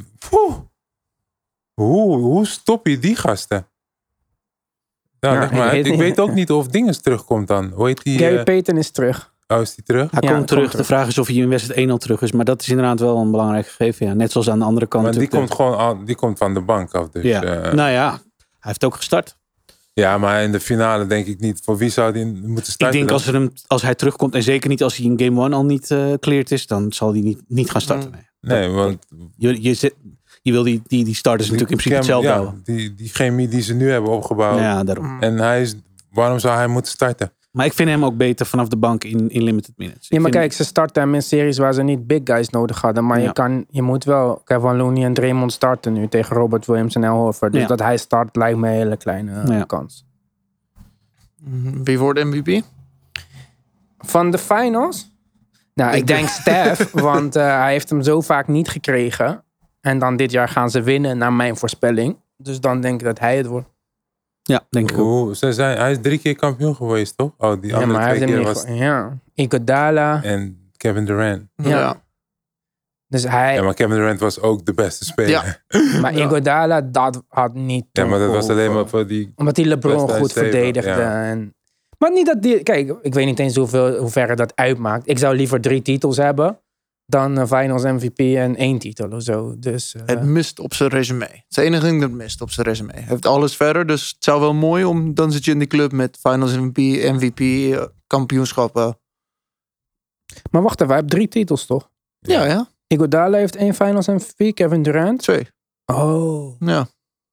hoe, hoe stop je die gasten? Nou, Ja, leg maar ik uit. weet Ik niet. weet ook niet of Dinges terugkomt dan. Hoe heet die? Gary uh, Payton is terug. Oh, is die terug? Hij Ja, komt hij terug. komt De terug. vraag is of hij in wedstrijd één al terug is. Maar dat is inderdaad wel een belangrijk gegeven. Ja. Net zoals aan de andere kant. Maar die natuurlijk komt gewoon al, die komt van de bank af. Dus, de- ja. uh, Nou ja, hij heeft ook gestart. ja, maar in de finale denk ik niet. Voor wie zou die moeten Ik starten? denk dan? als, er hem, als hij terugkomt. En zeker niet als hij in game one al niet uh, cleared is. Dan zal hij niet, niet gaan starten. Nee. Nee, want Je, je, zet, je wil die, die, die starters natuurlijk in principe Cam- hetzelfde ja, houden. die, die chemie die ze nu hebben opgebouwd. Ja, daarom. En hij is, waarom zou hij moeten starten? Maar ik vind hem ook beter vanaf de bank in, in limited minutes. Ja, Ik maar vind- kijk, ze starten hem in series waar ze niet big guys nodig hadden. Maar Ja. je, kan, je moet wel Kevin Looney en Draymond starten nu tegen Robert Williams en Al Horford. Dus Ja. dat hij start lijkt me een hele kleine uh, Ja. kans. Wie wordt M V P? Van de finals? Nou, ik, Ik denk Steph, want uh, hij heeft hem zo vaak niet gekregen. En dan dit jaar gaan ze winnen, naar mijn voorspelling. Dus dan denk ik dat hij het wordt. Ja, denk ik ook. Hoe, ze zijn, hij is drie keer kampioen geweest, toch? Oh, die Ja, andere maar hij twee heeft hem keer niet was... ge- Ja, Iguodala. En Kevin Durant. Ja. Dus hij... Ja, maar Kevin Durant was ook de beste speler. Ja. Maar Iguodala, dat had niet Ja, maar dat was toegehoeven. alleen maar voor die... Omdat hij LeBron Best uit goed zeven, verdedigde. ja. En... Maar niet dat die... Kijk, ik weet niet eens hoeveel, hoe ver dat uitmaakt. Ik zou liever drie titels hebben dan uh, Finals M V P en één titel of zo. Dus, uh, Het mist op zijn resume. Het is het enige ding dat mist op zijn resume. Hij heeft alles verder, dus het zou wel mooi om... Dan zit je in die club met Finals M V P, M V P, eh, kampioenschappen. Maar wacht even, hij heeft drie titels toch? Ja, ja. Iguodala heeft één Finals M V P, Kevin Durant. Twee. Oh. Ja.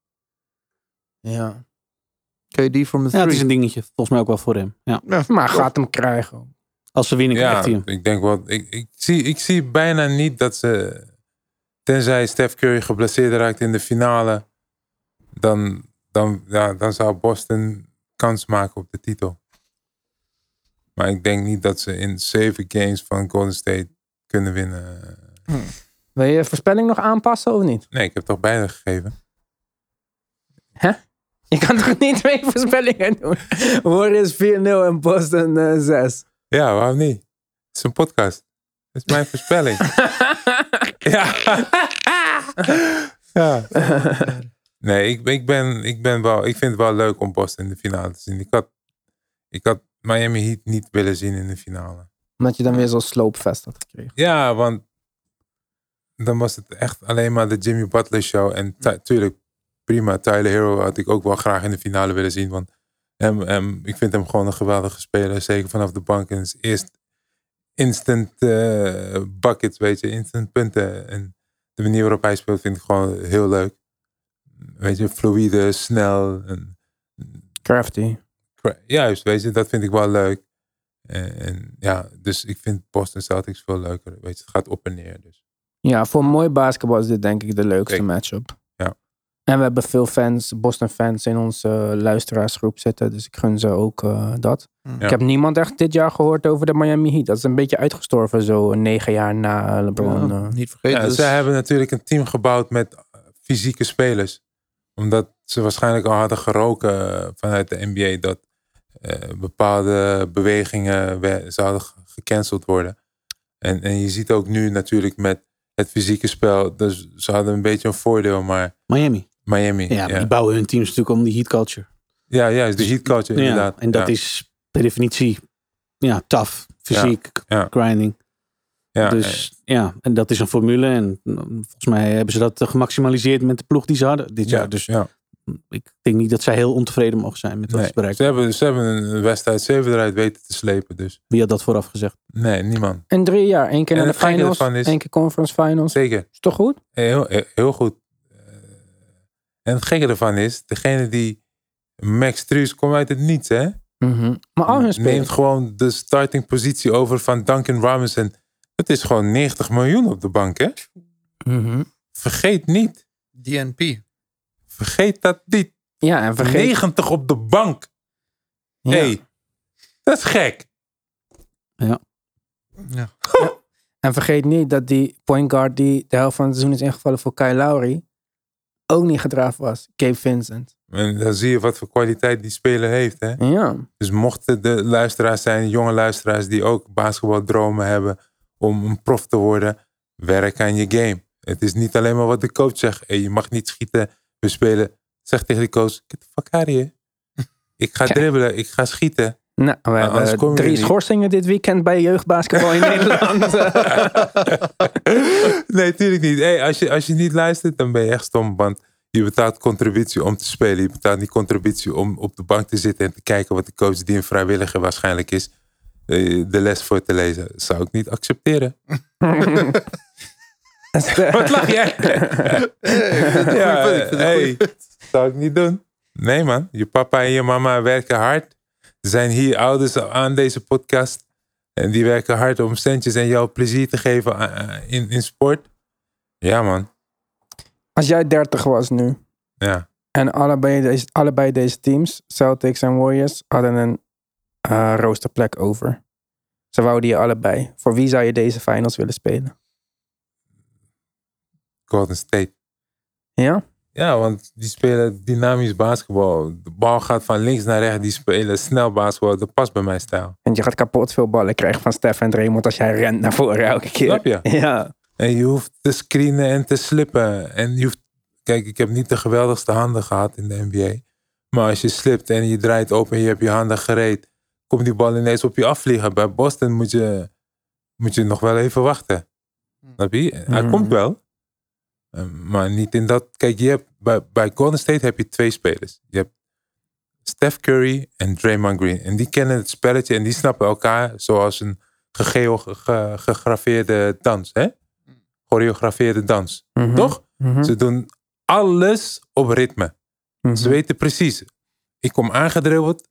Ja. K D from the Ja, het is three. een dingetje. Volgens mij ook wel voor hem. Ja. Maar hij gaat hem krijgen. Als ze winnen, Ja, krijgt hij hem. ik denk wel... Ik, ik, zie, ik zie bijna niet dat ze... Tenzij Steph Curry geblesseerd raakt in de finale... Dan, dan, ja, dan zou Boston kans maken op de titel. Maar ik denk niet dat ze in zeven games van Golden State kunnen winnen. Wil je je voorspelling nog aanpassen of niet? Nee, ik heb toch beide gegeven. Je kan toch niet twee voorspellingen doen? Warriors vier nul en Boston uh, zes. Ja, waarom niet? Het is een podcast. Het is mijn voorspelling. Ja. Ja. Nee, ik, ik, ben, ik, ben wel, ik vind het wel leuk om Boston in de finale te zien. Ik had, ik had Miami Heat niet willen zien in de finale. Omdat je dan weer zo'n sloopfest had gekregen. Ja, want dan was het echt alleen maar de Jimmy Butler show. En natuurlijk, prima, Tyler Hero had ik ook wel graag in de finale willen zien. Want hem, hem, ik vind hem gewoon een geweldige speler. Zeker vanaf de bank. En het is eerst instant uh, buckets, weet je. Instant punten. En de manier waarop hij speelt vind ik gewoon heel leuk. Weet je, fluïde, snel. En, Crafty. juist, weet je, dat vind ik wel leuk. En, en ja, dus ik vind Boston Celtics veel leuker. Weet je, het gaat op en neer. Dus. Ja, voor mooi basketbal is dit denk ik de leukste Zeker. matchup. Ja. En we hebben veel fans, Boston fans in onze uh, luisteraarsgroep zitten. Dus ik gun ze ook uh, dat. Ja. Ik heb niemand echt dit jaar gehoord over de Miami Heat. Dat is een beetje uitgestorven zo negen jaar na LeBron. Ja, uh. niet vergeten. Ja, dus- zij hebben natuurlijk een team gebouwd met fysieke spelers. Omdat ze waarschijnlijk al hadden geroken vanuit de N B A dat uh, bepaalde bewegingen we- zouden gecanceld worden. En, en je ziet ook nu natuurlijk met het fysieke spel. Dus ze hadden een beetje een voordeel, maar Miami. Miami. Ja, Ja, maar die bouwen hun teams natuurlijk om die heat culture. ja juist. De heat culture Ja, inderdaad. en dat ja. is per definitie ja, tough, fysiek, Ja. grinding. Ja, Dus ja, en dat is een formule. En volgens mij hebben ze dat gemaximaliseerd met de ploeg die ze hadden dit ja, jaar. Dus ja. ik denk niet dat zij heel ontevreden mogen zijn met wat Nee, ze bereikt. ze, hebben, ze hebben een wedstrijd zeven eruit weten te slepen. Dus Wie had dat vooraf gezegd? nee, niemand. In drie jaar. Één keer En naar de het gekke finals, ervan is- één keer conference finals. Zeker. Is toch goed? Heel, heel, heel goed. Uh, en het gekke ervan is, degene die Max Truus komt uit het niets, hè? Mm-hmm. Maar al hun Neemt spelers. gewoon de starting positie over van Duncan Robinson. Het is gewoon negentig miljoen op de bank, hè? Mm-hmm. Vergeet niet. D N P. Vergeet dat niet. Ja, en vergeet... negentig op de bank. Ja. Hey, dat is gek. Ja. En vergeet niet dat die point guard die de helft van het seizoen is ingevallen voor Kyle Lowry ook niet gedraft was. Gabe Vincent. En dan zie je wat voor kwaliteit die speler heeft, hè? Ja. Dus mochten de luisteraars zijn, jonge luisteraars die ook basketbaldromen hebben om een prof te worden, werk aan je game. Het is niet alleen maar wat de coach zegt. Hey, je mag niet schieten. We spelen. Zeg tegen de coach, get the fuck out of here. Ik ga dribbelen, ik ga schieten. Nou, we anders hebben kom je drie er niet. schorsingen dit weekend bij jeugdbasketbal in Nederland. Nee, tuurlijk niet. Hey, als, je, als je niet luistert, dan ben je echt stom. Want je betaalt contributie om te spelen. Je betaalt niet contributie om op de bank te zitten en te kijken wat de coach die een vrijwilliger waarschijnlijk is, de les voor te lezen. Dat zou ik niet accepteren. Wat lach jij? Ja, hey, zou ik niet doen. Nee man, je papa en je mama werken hard. Er zijn hier ouders aan deze podcast. En die werken hard om centjes en jou plezier te geven in, in sport. Ja man, Als jij dertig was nu ja. en allebei deze, allebei deze teams, Celtics en Warriors, hadden een uh, roosterplek over. Ze wouden je allebei. Voor wie zou je deze finals willen spelen? Golden State. Ja? Ja, want die spelen dynamisch basketbal. De bal gaat van links naar rechts. Die spelen snel basketbal. Dat past bij mijn stijl. Want je gaat kapot veel ballen krijgen van Steph en Draymond als jij rent naar voren elke keer. Snap je? Ja. En je hoeft te screenen en te slippen. En je hoeft... Kijk, ik heb niet de geweldigste handen gehad in de N B A. Maar als je slipt en je draait op en je hebt je handen gereed, komt die bal ineens op je afvliegen. Bij Boston moet je, moet je nog wel even wachten. Snap je? Hij Mm. komt wel. Maar niet in dat... Kijk, je hebt, bij, bij Golden State heb je twee spelers. Je hebt Steph Curry en Draymond Green. En die kennen het spelletje en die snappen elkaar zoals een gegeo- ge- gegraveerde dans. Hè? Choreografeerde dans. Mm-hmm. Toch? Mm-hmm. Ze doen alles op ritme. Mm-hmm. Ze weten precies. Ik kom aangedribbeld.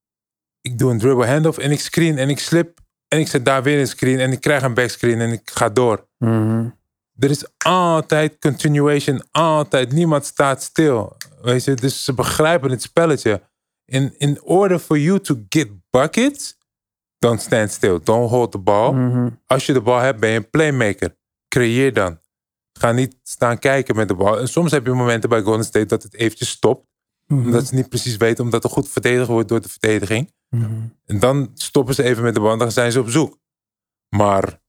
Ik doe een dribble handoff en ik screen en ik slip. En ik zet daar weer een screen en ik krijg een backscreen en ik ga door. Mm-hmm. Er is altijd continuation, altijd. Niemand staat stil. Weet je, dus ze begrijpen het spelletje. In, in order for you to get buckets, don't stand still. Don't hold the ball. Mm-hmm. Als je de bal hebt, ben je een playmaker. Creëer dan. Ga niet staan kijken met de bal. En soms heb je momenten bij Golden State dat het eventjes stopt. Mm-hmm. Omdat ze niet precies weten, omdat er goed verdedigd wordt door de verdediging. Mm-hmm. En dan stoppen ze even met de bal en dan zijn ze op zoek. Maar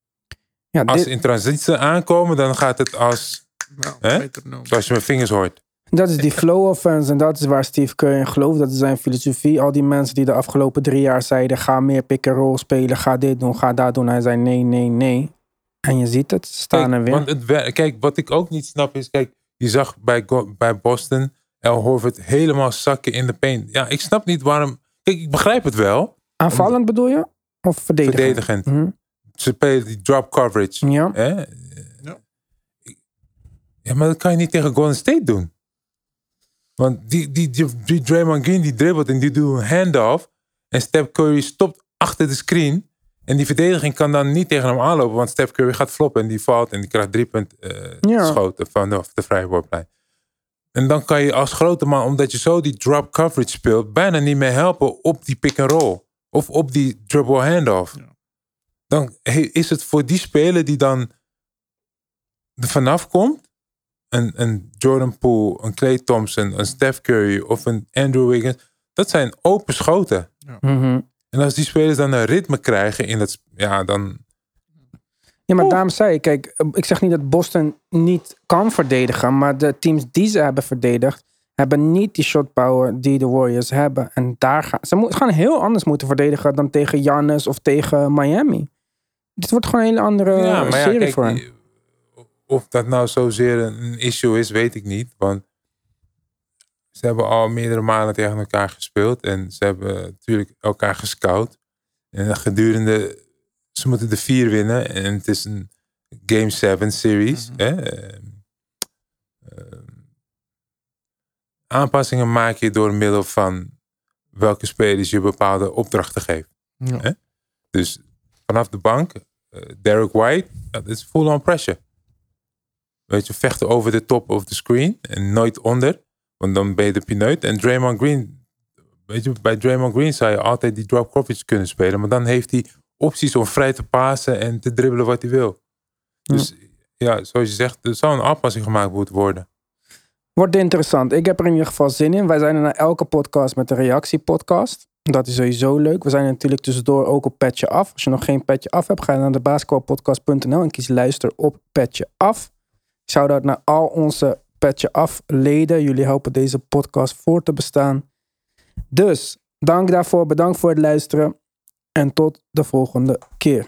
Ja, als dit, ze in transitie aankomen, dan gaat het als... Hè? Zoals je mijn vingers hoort. dat is die flow offense en dat is waar Steve Kerr in gelooft. Dat is zijn filosofie. Al die mensen die de afgelopen drie jaar zeiden, ga meer pick-and-roll spelen, ga dit doen, ga dat doen. Hij zei nee, nee, nee. En je ziet het, ze staan Kijk, er weer. want het, wer- kijk, wat ik ook niet snap is... Kijk, je zag bij, Go- bij Boston Al Horford helemaal zakken in de paint. Ja, ik snap niet waarom... Kijk, ik begrijp het wel. Aanvallend bedoel je? Of verdedigend? Verdedigend. Mhm. Ze spelen die drop coverage. Ja. Hè? Ja. Ja, maar dat kan je niet tegen Golden State doen. Want die, die, die, die Draymond Green die dribbelt en die doet een handoff. En Steph Curry stopt achter de screen. En die verdediging kan dan niet tegen hem aanlopen. Want Steph Curry gaat floppen en die valt. En die krijgt drie punt uh, Ja. schoten van de, de vrije worplijn. En dan kan je als grote man, omdat je zo die drop coverage speelt, bijna niet meer helpen op die pick and roll. Of op die dribble handoff. Ja. Dan is het voor die speler die dan er vanaf komt. Een, een Jordan Poole, een Klay Thompson, een Steph Curry of een Andrew Wiggins. Dat zijn open schoten. Mhm. En als die spelers dan een ritme krijgen in dat... Ja, dan... Ja, maar daarom zei ik, kijk, ik zeg niet dat Boston niet kan verdedigen, maar de teams die ze hebben verdedigd, hebben niet die shot power die de Warriors hebben. En daar gaan ze mo- gaan heel anders moeten verdedigen dan tegen Giannis of tegen Miami. Dit wordt gewoon een hele andere ja, maar ja, serie kijk, voor hen. of dat nou zozeer een issue is, weet ik niet. Want ze hebben al meerdere malen tegen elkaar gespeeld. En ze hebben natuurlijk elkaar gescout. En gedurende... Ze moeten de vier winnen. En het is een Game seven series. Mm-hmm. Hè? Uh, uh, aanpassingen maak je door middel van welke spelers je bepaalde opdrachten geeft. Ja. Hè? Dus vanaf de bank, uh, Derek White, dat is full on pressure. Weet je, vechten over de top of the screen en nooit onder. Want dan ben je de pineut. En Draymond Green, weet je, bij Draymond Green zou je altijd die drop coverage kunnen spelen. Maar dan heeft hij opties om vrij te pasen en te dribbelen wat hij wil. Dus ja, ja zoals je zegt, er zou een aanpassing gemaakt moeten worden. Wordt interessant. Ik heb er in ieder geval zin in. Wij zijn er na elke podcast met een reactiepodcast. Dat is sowieso leuk. We zijn er natuurlijk tussendoor ook op Petje Af. Als je nog geen Petje Af hebt, ga je naar de basketbalpodcast punt n l en kies luister op Petje Af. Shout-out naar al onze Petje Af leden. Jullie helpen deze podcast voor te bestaan. Dus, dank daarvoor. Bedankt voor het luisteren. En tot de volgende keer.